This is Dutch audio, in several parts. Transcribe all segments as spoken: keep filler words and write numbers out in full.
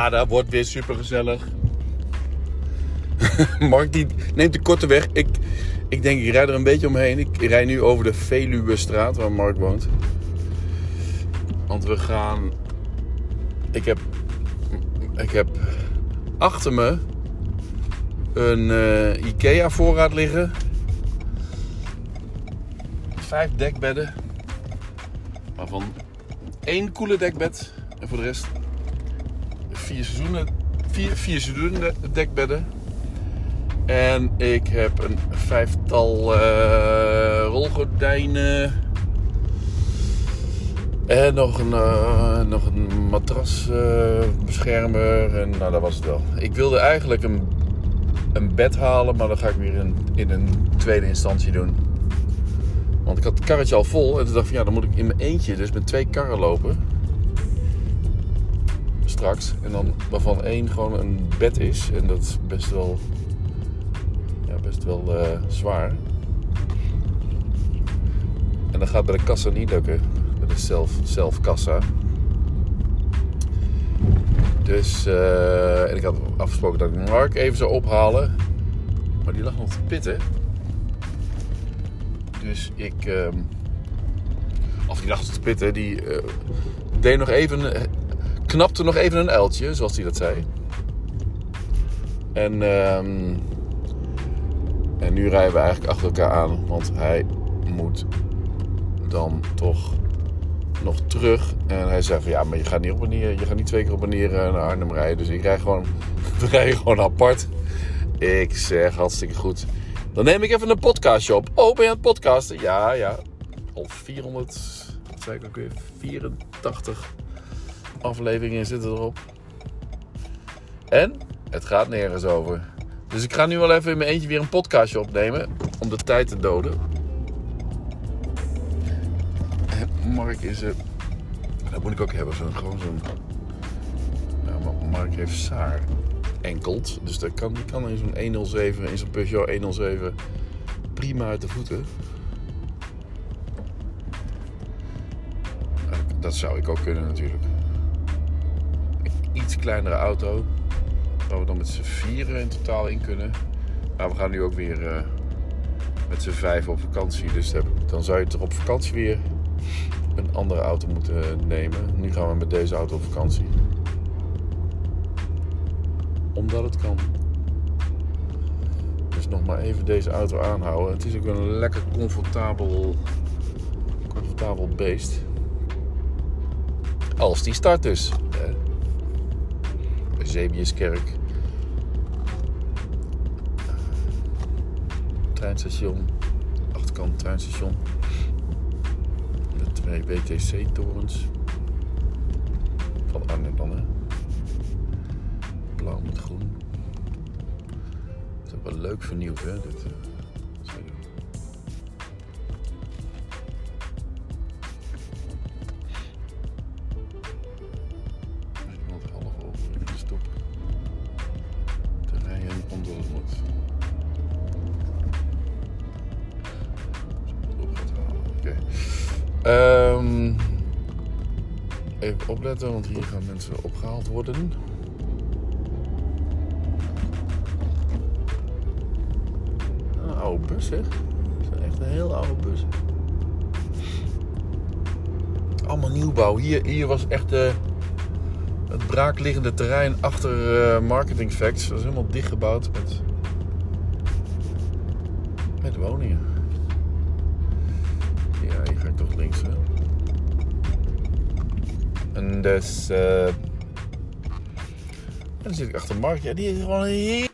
Ja, dat wordt weer super gezellig. Mark die neemt de korte weg. Ik, ik denk, ik rijd er een beetje omheen. Ik rijd nu over de Veluwestraat waar Mark woont. Want we gaan... Ik heb... Ik heb achter me een uh, Ikea voorraad liggen. Vijf dekbedden. Waarvan één koele dekbed. En voor de rest vier seizoenen, vier, vier seizoenen dekbedden. En ik heb een vijftal uh, rolgordijnen. En nog een, uh, nog een matrasbeschermer. Uh, en nou, dat was het wel. Ik wilde eigenlijk een, een bed halen. Maar dat ga ik weer in, in een tweede instantie doen. Want ik had het karretje al vol. En toen dacht ik van ja, dan moet ik in mijn eentje dus met twee karren lopen. Straks. En dan waarvan één gewoon een bed is. En dat is best wel... Ja, best wel uh, zwaar. En dat gaat bij de kassa niet lukken. Bij de zelf, zelfkassa. Dus... Uh, en ik had afgesproken dat ik Mark even zou ophalen. Maar die lag nog te pitten. Dus ik... Uh, of die lag nog te pitten. Die uh, deed nog even... knapte nog even een uiltje, zoals hij dat zei. En... Uh, En nu rijden we eigenlijk achter elkaar aan. Want hij moet dan toch nog terug. En hij zei van ja, maar je gaat niet op en neer. Je gaat niet twee keer op en neer naar Arnhem rijden. Dus ik rij gewoon, we rijden gewoon apart. Ik zeg hartstikke goed. Dan neem ik even een podcastje op. Oh, ben je aan het podcasten? Ja, ja. Al vierhonderd, wat zei ik ook weer? vierentachtig afleveringen zitten erop. En het gaat nergens over. Dus ik ga nu wel even in mijn eentje weer een podcastje opnemen. Om de tijd te doden. Mark is... Uh, dat moet ik ook hebben. Zo'n, gewoon zo'n... Nou, Mark heeft Saar enkeld. Dus dat kan, die kan in zo'n honderdzeven, in zo'n Peugeot honderdzeven prima uit de voeten. Dat zou ik ook kunnen natuurlijk. Een iets kleinere auto. Waar we dan met z'n vieren in totaal in kunnen. Maar we gaan nu ook weer uh, met z'n vijf op vakantie. Dus dan zou je toch op vakantie weer een andere auto moeten nemen. Nu gaan we met deze auto op vakantie. Omdat het kan. Dus nog maar even deze auto aanhouden. Het is ook een lekker comfortabel, comfortabel beest. Als die start dus. Hè. Bij Zeebiuskerk. Treinstation. Achterkant treinstation. De twee W T C-torens. Van Arnhem dan, hè. Blauw met groen. Dat is ook wel leuk vernieuwd, hè. Dit, uh, Um, even opletten, want hier gaan mensen opgehaald worden. Een oude bus, zeg. Dat is echt een heel oude bus. Allemaal nieuwbouw. Hier, hier was echt uh, het braakliggende terrein achter uh, Marketing Facts. Dat is helemaal dichtgebouwd met, met woningen. Ja, hier ga ik toch links, hè. En dus... Uh... En dan zit ik achter Mark. Ja, die is gewoon heel...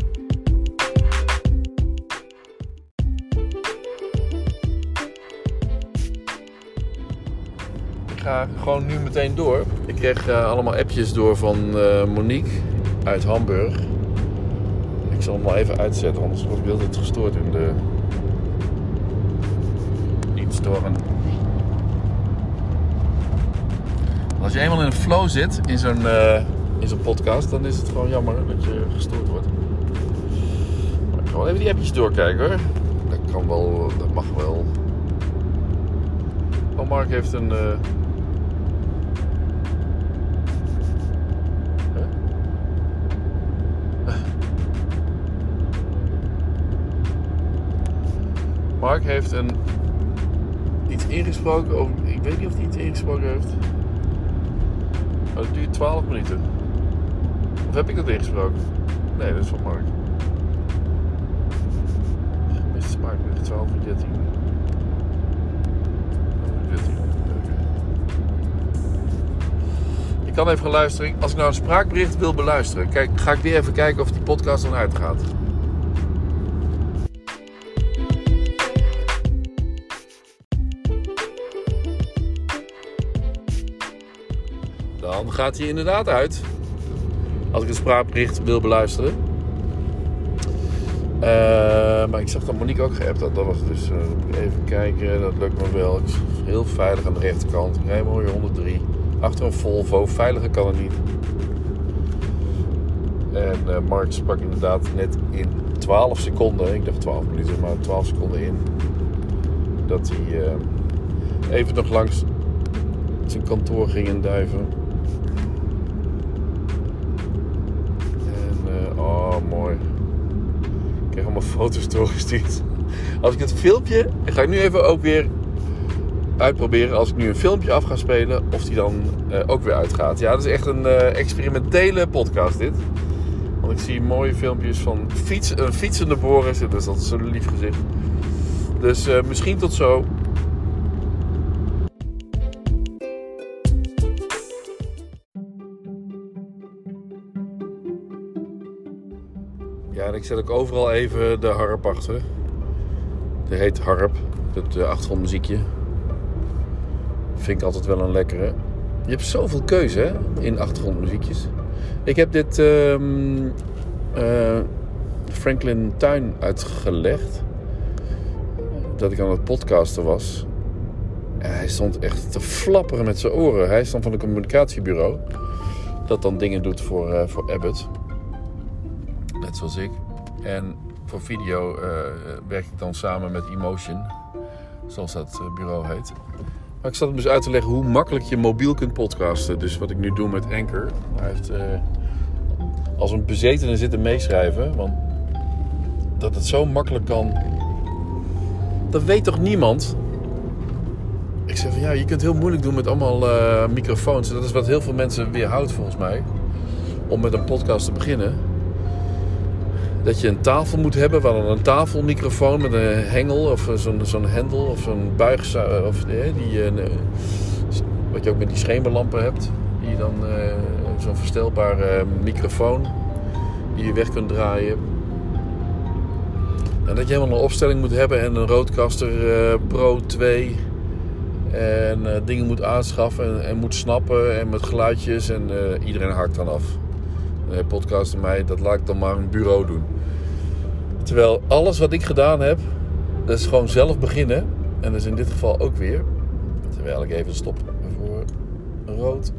Ik ga gewoon nu meteen door. Ik kreeg uh, allemaal appjes door van uh, Monique uit Hamburg. Ik zal hem wel even uitzetten, anders word ik de hele tijd gestoord in de... storen. Als je eenmaal in een flow zit in zo'n, uh, in zo'n podcast, dan is het gewoon jammer dat je gestoord wordt. Maar ik ga wel even die appjes doorkijken, hoor. Dat kan wel, dat mag wel. Oh, Mark heeft een... Uh... Huh? Mark heeft een, iets ingesproken. Of, ik weet niet of hij iets ingesproken heeft. Maar het duurt twaalf minuten. Of heb ik dat ingesproken? Nee, dat is van Mark. Gemiste spraakbericht twaalf uur dertien. dertien. Je kan even gaan luisteren. Als ik nou een spraakbericht wil beluisteren, kijk, ga ik weer even kijken of die podcast dan uitgaat. Dan gaat hij inderdaad uit. Als ik een spraakbericht wil beluisteren. Uh, maar ik zag dat Monique ook geappt had. Dat was dus, uh, even kijken, dat lukt me wel. Ik is heel veilig aan de rechterkant. Ik rij mooi honderddrie. Achter een Volvo. Veiliger kan het niet. En uh, Mark sprak inderdaad net in twaalf seconden. Ik dacht twaalf minuten, maar twaalf seconden in. Dat hij uh, even nog langs zijn kantoor ging in Duiven. Oh, mooi. Ik krijg allemaal foto's doorgestuurd. Als ik het filmpje... Ga ik nu even ook weer uitproberen. Als ik nu een filmpje af ga spelen. Of die dan uh, ook weer uitgaat. Ja, dat is echt een uh, experimentele podcast dit. Want ik zie mooie filmpjes van fiets, een fietsende Boris. Dat is altijd zo'n lief gezicht. Dus uh, misschien tot zo. Ja, en ik zet ook overal even de harp achter. Die heet harp. Het uh, achtergrondmuziekje. Vind ik altijd wel een lekkere. Je hebt zoveel keuze hè, in achtergrondmuziekjes. Ik heb dit uh, uh, Franklin Tuin uitgelegd. Dat ik aan het podcasten was. En hij stond echt te flapperen met zijn oren. Hij stond van een communicatiebureau. Dat dan dingen doet voor, uh, voor Abbott. Net zoals ik. En voor video uh, werk ik dan samen met Emotion. Zoals dat uh, bureau heet. Maar ik zat hem dus uit te leggen hoe makkelijk je mobiel kunt podcasten. Dus wat ik nu doe met Anchor. Hij heeft uh, als een bezetene zitten meeschrijven. Want dat het zo makkelijk kan. Dat weet toch niemand? Ik zeg van ja, je kunt het heel moeilijk doen met allemaal uh, microfoons. Dat is wat heel veel mensen weerhoudt volgens mij. Om met een podcast te beginnen. Dat je een tafel moet hebben, waar dan een tafelmicrofoon met een hengel of zo'n, zo'n hendel of zo'n buig, of eh, die, uh, wat je ook met die schemerlampen hebt, die dan uh, zo'n verstelbare microfoon die je weg kunt draaien. En dat je helemaal een opstelling moet hebben en een Rodecaster uh, Pro twee en uh, dingen moet aanschaffen en, en moet snappen en met geluidjes en uh, iedereen haakt dan af. Een podcast en mij, dat laat ik dan maar een bureau doen. Terwijl alles wat ik gedaan heb, dat is gewoon zelf beginnen. En dat is in dit geval ook weer. Terwijl ik even stop voor rood.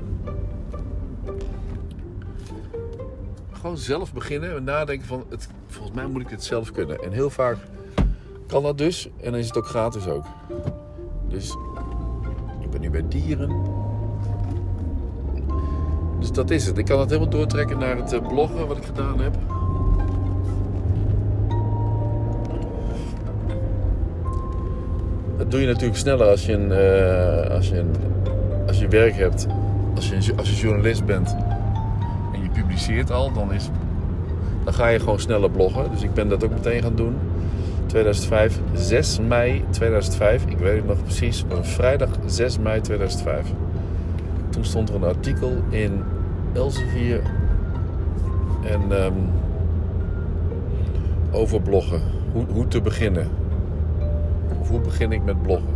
Gewoon zelf beginnen en nadenken van, het, volgens mij moet ik dit zelf kunnen. En heel vaak kan dat dus. En dan is het ook gratis ook. Dus ik ben nu bij dieren. Dus dat is het. Ik kan het helemaal doortrekken naar het bloggen wat ik gedaan heb. Dat doe je natuurlijk sneller als je een, uh, als je, een, als je werk hebt. Als je, als je journalist bent en je publiceert al, dan, is, dan ga je gewoon sneller bloggen. Dus ik ben dat ook meteen gaan doen. tweeduizend vijf, zes mei tweeduizend vijf. Ik weet het nog precies. Maar vrijdag zes mei tweeduizend vijf. Toen stond er een artikel in Elsevier en um, over bloggen. Hoe, hoe te beginnen. Of hoe begin ik met bloggen.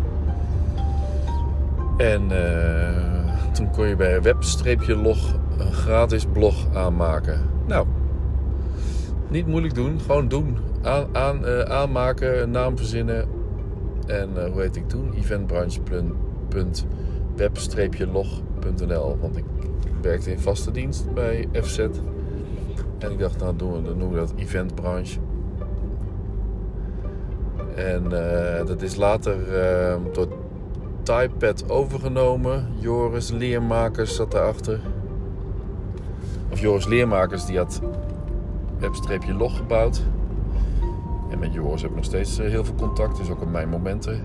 En uh, toen kon je bij web-log een gratis blog aanmaken. Nou, niet moeilijk doen. Gewoon doen. Aan, aan, uh, aanmaken, een naam verzinnen. En uh, hoe heet ik toen? eventbranche punt web-log punt n l. Want ik werkte in vaste dienst bij F Z. En ik dacht, nou doen we, dan noemen we dat eventbranche. En uh, dat is later uh, door Typepad overgenomen. Joris Leermakers zat daarachter. Of Joris Leermakers, die had web-log gebouwd. En met Joris heb ik nog steeds uh, heel veel contact. Dus ook op mijn momenten.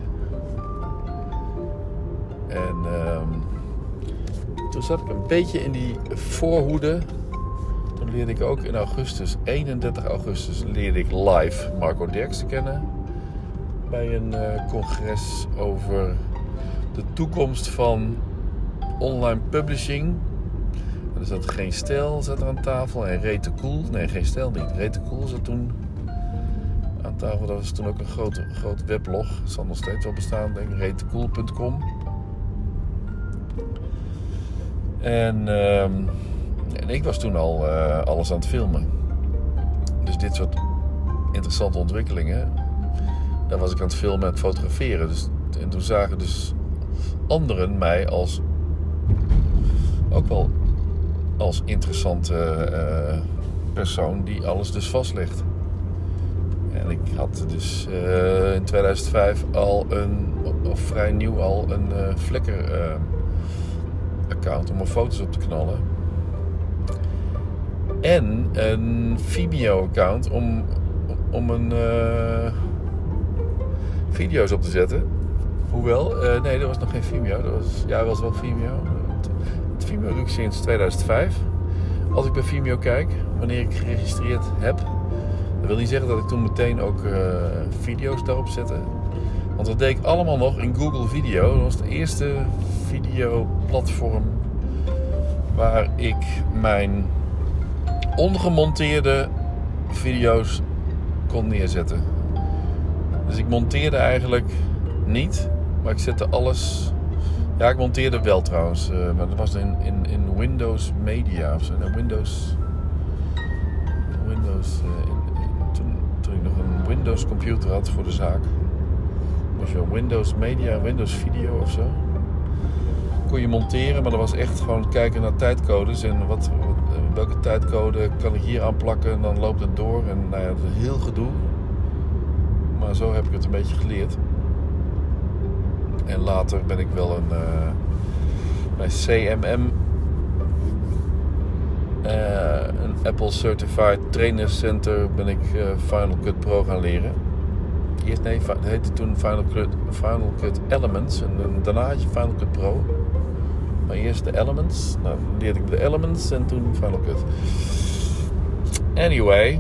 En um, toen zat ik een beetje in die voorhoede. Toen leerde ik ook in augustus, eenendertig augustus, leerde ik live Marco Derksen kennen. Bij een uh, congres over de toekomst van online publishing. En er zat Geen Stijl zat er aan tafel en Reet de Koel. Nee, Geen Stijl niet. Reet de Koel zat toen aan tafel. Dat was toen ook een groot, groot weblog. Het zal nog steeds wel bestaan, denk ik. reet de koel punt com. En, uh, en ik was toen al uh, alles aan het filmen. Dus dit soort interessante ontwikkelingen, daar was ik aan het filmen en het fotograferen. Dus, en toen zagen dus anderen mij als ook wel als interessante uh, persoon die alles dus vastlegt. En ik had dus uh, in tweeduizend vijf al een, of vrij nieuw al, een uh, Flickr uh, account om er foto's op te knallen. En een Vimeo account om, om een uh, video's op te zetten. Hoewel, uh, nee, dat was nog geen Vimeo. Dat was, ja, dat was wel Vimeo. Het Vimeo doe ik sinds tweeduizend vijf. Als ik bij Vimeo kijk, wanneer ik geregistreerd heb. Dat wil niet zeggen dat ik toen meteen ook uh, video's daarop zette. Want dat deed ik allemaal nog in Google Video. Dat was de eerste videoplatform waar ik mijn ongemonteerde video's kon neerzetten. Dus ik monteerde eigenlijk niet, maar ik zette alles. Ja, ik monteerde wel trouwens, uh, maar dat was in, in, in Windows Media of zo. Nou, Windows. Windows. Uh, in, in, toen, toen ik nog een Windows computer had voor de zaak, moest je Windows Media, Windows Video of zo. Kon je monteren, maar dat was echt gewoon kijken naar tijdcodes en wat, wat, welke tijdcode kan ik hier aanplakken en dan loopt het door. En nou ja, dat is heel gedoe. Maar zo heb ik het een beetje geleerd. En later ben ik wel een uh, bij C M M, uh, een Apple Certified Trainer Center, ben ik uh, Final Cut Pro gaan leren. Eerst nee, het heette toen Final Cut, Final Cut Elements en daarna had je Final Cut Pro. Maar eerst de Elements. Nou, leerde ik de Elements en toen Final Cut. Anyway.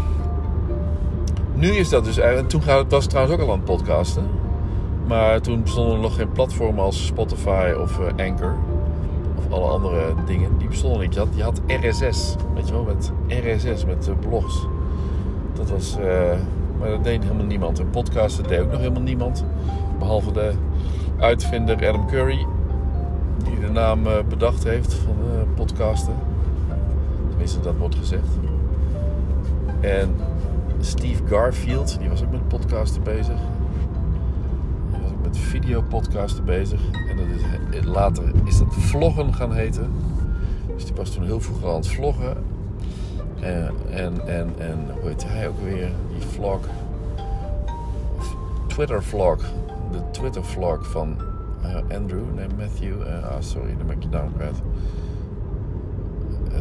Nu is dat dus eigenlijk. Toen was ik trouwens ook al aan het podcasten. Maar toen bestonden er nog geen platformen als Spotify of uh, Anchor. Of alle andere dingen. Die bestonden niet. Je had, je had R S S. Weet je wel, met R S S, met uh, blogs. Dat was. Uh, maar dat deed helemaal niemand. En podcasten deed ook nog helemaal niemand. Behalve de uitvinder Adam Curry. Die de naam uh, bedacht heeft van uh, podcasten. Tenminste, dat wordt gezegd. En Steve Garfield, die was ook met podcasten bezig. Die was ook met videopodcasten bezig. En dat is, later is dat vloggen gaan heten. Dus die was toen heel vroeger aan het vloggen. En, en, en, en hoe heet hij ook weer? Die vlog. Of Twitter vlog. De Twitter vlog van uh, Andrew, nee Matthew. Uh, ah, sorry, dan ben ik je naam kwijt. Uh,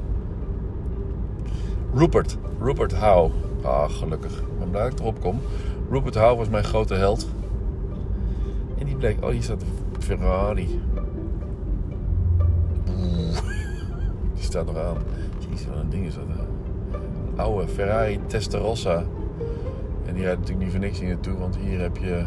Rupert. Rupert Howe. Ah, gelukkig. Ik ben blij dat ik erop kom. Rupert Howe was mijn grote held. En die bleek, oh hier staat een Ferrari. Oeh. Die staat nog aan. Jezus, wat een ding is dat. Een oude Ferrari Testarossa. En die rijdt natuurlijk niet voor niks hier naartoe, want hier heb je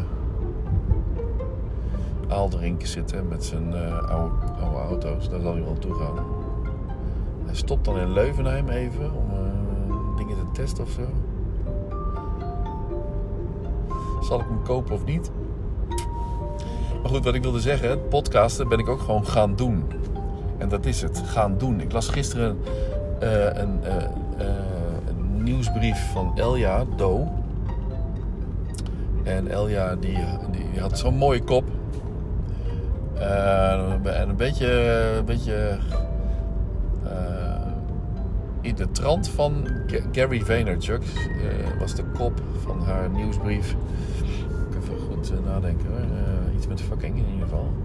Aalderink zitten met zijn uh, oude, oude auto's. Daar zal hij wel naartoe gaan. Hij stopt dan in Leuvenheim even om uh, dingen te testen of zo. Zal ik hem kopen of niet? Maar goed, wat ik wilde zeggen, podcasten ben ik ook gewoon gaan doen. En dat is het, gaan doen. Ik las gisteren uh, een, uh, uh, een nieuwsbrief van Elja Do. En Elja die, die had zo'n mooie kop. Uh, en een beetje, een beetje uh, in de trant van G- Gary Vaynerchuk uh, was de kop van haar nieuwsbrief. Ik even goed uh, nadenken hoor. Uh, iets met fucking in ieder geval.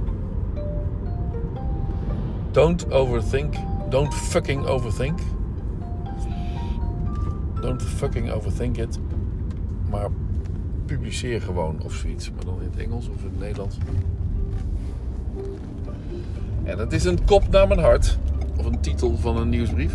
Don't overthink. Don't fucking overthink. Don't fucking overthink it. Maar publiceer gewoon of zoiets. Maar dan in het Engels of in het Nederlands. En dat is een kop naar mijn hart. Of een titel van een nieuwsbrief.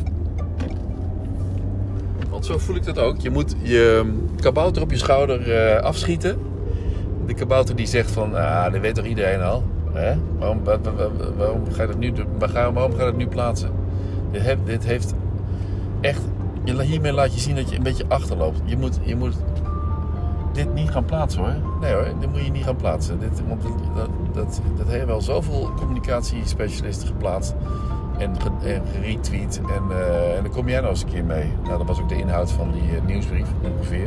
Want zo voel ik dat ook. Je moet je kabouter op je schouder uh, afschieten. De kabouter die zegt van, ah, dat weet toch iedereen al. Hè? Waarom, waar, waar, waarom ga je dat nu, waarom ga je dat nu plaatsen? Dit heeft, dit heeft echt... Hiermee laat je zien dat je een beetje achterloopt. Je moet, je moet dit niet gaan plaatsen hoor. Nee hoor, dit moet je niet gaan plaatsen. Dit, want dat, dat, dat hebben wel zoveel communicatiespecialisten geplaatst. En, en geretweet. En, uh, en dan kom jij nou eens een keer mee. Nou, dat was ook de inhoud van die uh, nieuwsbrief ongeveer.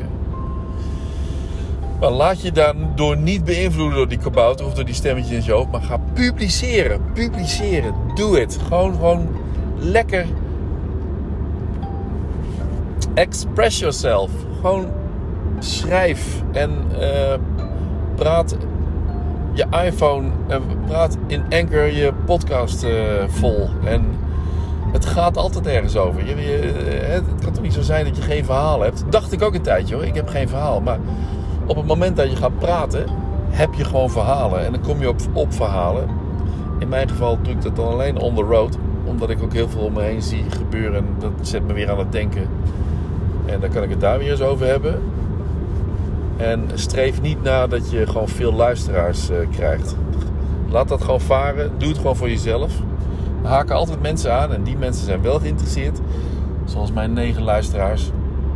Maar laat je daardoor niet beïnvloeden door die kabouter of door die stemmetjes in je hoofd. Maar ga publiceren. Publiceren. Doe het. Gewoon, gewoon lekker. Express yourself. Gewoon schrijf. En uh, praat je iPhone. En praat in Anchor je podcast uh, vol. En het gaat altijd ergens over. Je, je, het kan toch niet zo zijn dat je geen verhaal hebt. Dacht ik ook een tijdje hoor. Ik heb geen verhaal. Maar op het moment dat je gaat praten, heb je gewoon verhalen. En dan kom je op, op verhalen. In mijn geval doe ik dat dan alleen on the road. Omdat ik ook heel veel om me heen zie gebeuren. En dat zet me weer aan het denken. En dan kan ik het daar weer eens over hebben. En streef niet na dat je gewoon veel luisteraars uh, krijgt. Laat dat gewoon varen. Doe het gewoon voor jezelf. Er haken altijd mensen aan. En die mensen zijn wel geïnteresseerd. Zoals mijn negen luisteraars.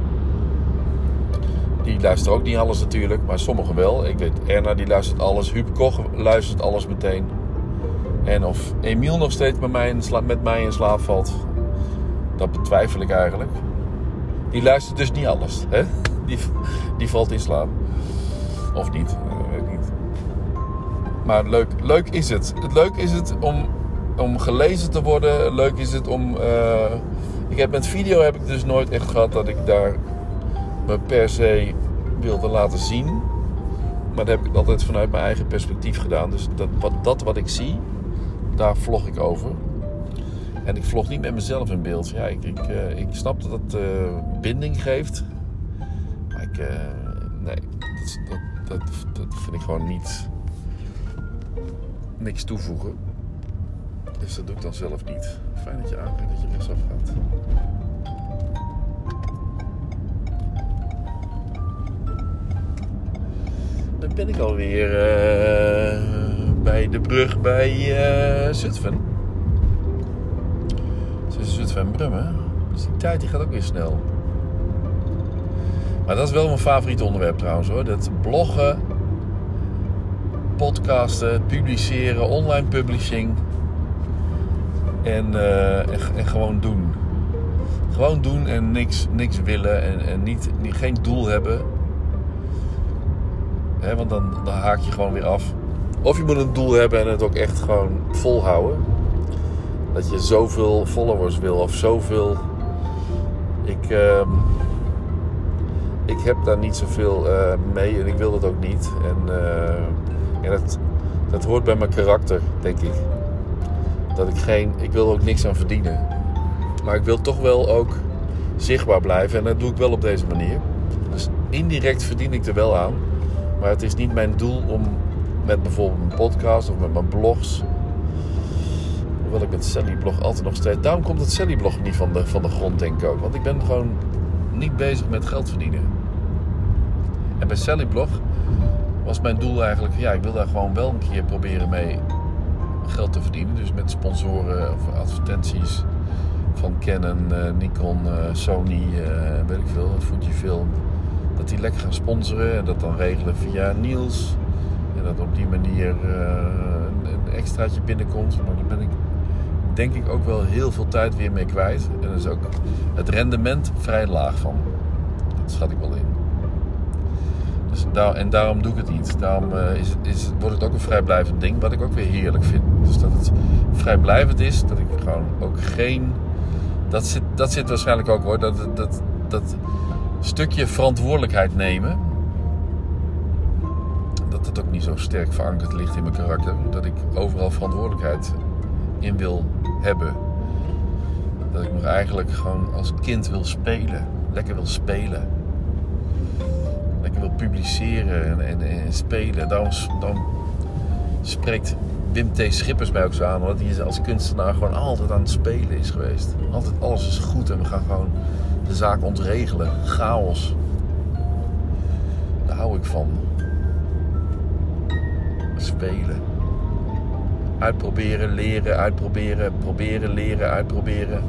Die luisteren ook niet alles natuurlijk, maar sommigen wel. Ik weet, Erna die luistert alles. Huub Koch luistert alles meteen. En of Emiel nog steeds met mij in, sla- met mij in slaap valt, dat betwijfel ik eigenlijk. Die luistert dus niet alles. Hè? Die, die valt in slaap. Of niet, uh, weet ik niet. Maar leuk, leuk is het. Het leuk is het om, om gelezen te worden. Leuk is het om... Uh, ik heb met video heb ik dus nooit echt gehad dat ik daar... me per se wilde laten zien. Maar dat heb ik altijd vanuit mijn eigen perspectief gedaan. Dus dat wat, dat wat ik zie, daar vlog ik over. En ik vlog niet met mezelf in beeld. Ja, ik, ik, uh, ik snap dat het uh, binding geeft. Maar ik... Uh, nee, dat, dat, dat, dat vind ik gewoon niet... niks toevoegen. Dus dat doe ik dan zelf niet. Fijn dat je aangeeft dat je rechtsaf gaat. Dan ben ik alweer uh, bij de brug bij uh, Zutphen. Tussen Zutphen en Brummen. Dus die tijd die gaat ook weer snel. Maar dat is wel mijn favoriete onderwerp trouwens hoor. Dat bloggen, podcasten, publiceren, online publishing. En, uh, en, en gewoon doen. Gewoon doen en niks, niks willen. En, en niet, niet, geen doel hebben. He, want dan, dan haak je gewoon weer af. Of je moet een doel hebben en het ook echt gewoon volhouden. Dat je zoveel followers wil of zoveel... Ik, uh, ik heb daar niet zoveel uh, mee en ik wil dat ook niet. En, uh, en dat, dat hoort bij mijn karakter, denk ik. Dat ik geen... Ik wil er ook niks aan verdienen. Maar ik wil toch wel ook zichtbaar blijven. En dat doe ik wel op deze manier. Dus indirect verdien ik er wel aan. Maar het is niet mijn doel om met bijvoorbeeld mijn podcast of met mijn blogs... Hoewel ik met Sally Blog altijd nog steeds... Daarom komt het Sally Blog niet van de, van de grond, denk ik ook. Want ik ben gewoon niet bezig met geld verdienen. En bij Sally Blog was mijn doel eigenlijk... Ja, ik wil daar gewoon wel een keer proberen mee geld te verdienen. Dus met sponsoren of advertenties van Canon, uh, Nikon, uh, Sony, uh, weet ik veel, Fujifilm... Dat die lekker gaan sponsoren en dat dan regelen via Niels. En dat op die manier uh, een, een extraatje binnenkomt. Maar daar ben ik denk ik ook wel heel veel tijd weer mee kwijt. En dat is ook het rendement vrij laag van. Dat schat ik wel in. Dus daar, en daarom doe ik het niet. Daarom uh, is, is, wordt het ook een vrijblijvend ding. Wat ik ook weer heerlijk vind. Dus dat het vrijblijvend is. Dat ik gewoon ook geen... Dat zit, dat zit waarschijnlijk ook hoor. Dat... dat, dat stukje verantwoordelijkheid nemen. Dat dat ook niet zo sterk verankerd ligt in mijn karakter. Dat ik overal verantwoordelijkheid in wil hebben. Dat ik nog eigenlijk gewoon als kind wil spelen. Lekker wil spelen. Lekker wil publiceren en, en, en spelen. Dan, dan spreekt Wim T. Schippers mij ook zo aan. Omdat hij als kunstenaar gewoon altijd aan het spelen is geweest. Altijd alles is goed en we gaan gewoon de zaak ontregelen. Chaos. Daar hou ik van. Spelen. Uitproberen, leren, uitproberen, proberen, leren, uitproberen.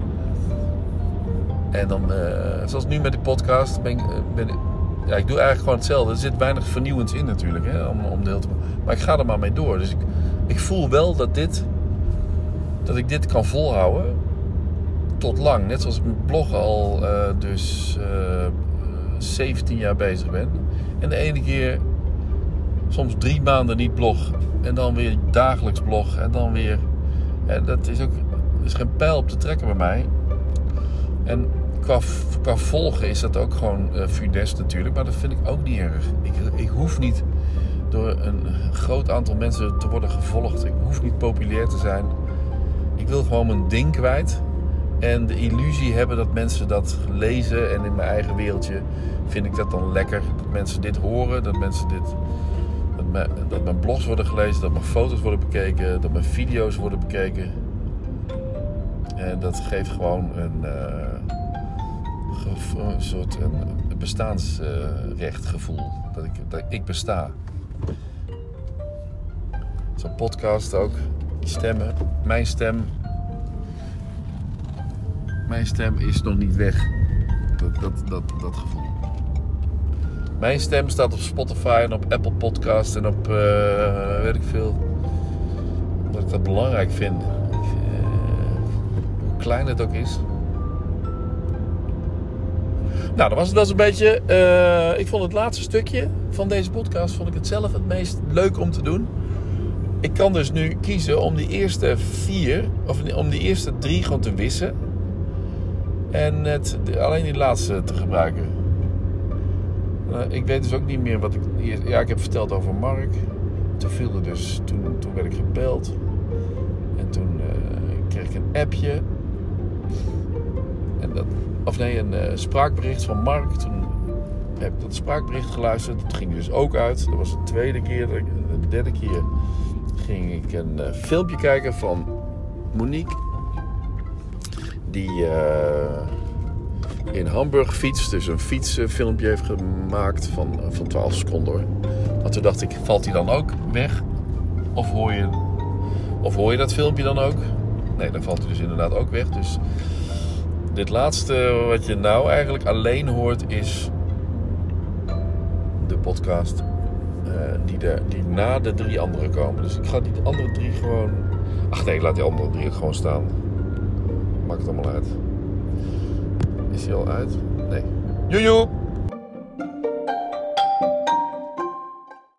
En dan, uh, zoals nu met die podcast, ben ik, ben, ja, ik doe eigenlijk gewoon hetzelfde. Er zit weinig vernieuwends in natuurlijk, hè, om, om de hele te, maar ik ga er maar mee door. Dus ik, ik voel wel dat dit, dat ik dit kan volhouden tot lang. Net zoals ik met bloggen al uh, dus uh, zeventien jaar bezig ben. En de ene keer soms drie maanden niet blog. En dan weer dagelijks blog. En dan weer... En dat is ook... Er is geen pijl op te trekken bij mij. En qua, qua volgen is dat ook gewoon uh, funest natuurlijk. Maar dat vind ik ook niet erg. Ik, ik hoef niet door een groot aantal mensen te worden gevolgd. Ik hoef niet populair te zijn. Ik wil gewoon mijn ding kwijt. En de illusie hebben dat mensen dat lezen. En in mijn eigen wereldje vind ik dat dan lekker. Dat mensen dit horen. Dat mensen dit... Dat mijn, dat mijn blogs worden gelezen. Dat mijn foto's worden bekeken. Dat mijn video's worden bekeken. En dat geeft gewoon een, uh, ge- een soort een bestaansrechtgevoel. Uh, dat, ik, dat ik besta. Zo'n podcast ook. Die stemmen. Mijn stem. Mijn stem is nog niet weg. Dat, dat, dat, dat gevoel. Mijn stem staat op Spotify en op Apple Podcast en op, uh, weet ik veel. Omdat ik dat belangrijk vind. Uh, hoe klein het ook is. Nou, dat was het dus een beetje. Uh, ik vond het laatste stukje van deze podcast vond ik het zelf het meest leuk om te doen. Ik kan dus nu kiezen om die eerste vier, of om die eerste drie gewoon te wissen. En het, alleen die laatste te gebruiken. Uh, ik weet dus ook niet meer wat ik... Ja, ik heb verteld over Mark. Toen viel er dus... Toen, toen werd ik gebeld. En toen uh, kreeg ik een appje. En dat, of nee, een uh, spraakbericht van Mark. Toen heb ik dat spraakbericht geluisterd. Dat ging dus ook uit. Dat was de tweede keer. De derde keer ging ik een uh, filmpje kijken van Monique. Die... Uh, in Hamburg fietst, dus een fietsfilmpje heeft gemaakt van, van twaalf seconden hoor. Maar toen dacht ik, valt die dan ook weg? Of hoor je, of hoor je dat filmpje dan ook? Nee, dan valt hij dus inderdaad ook weg. Dus dit laatste wat je nou eigenlijk alleen hoort is de podcast uh, die, de, die na de drie andere komen. Dus ik ga die andere drie gewoon... Ach nee, ik laat die andere drie ook gewoon staan. Maakt het allemaal uit. Is hij al uit? Nee. Joejoe!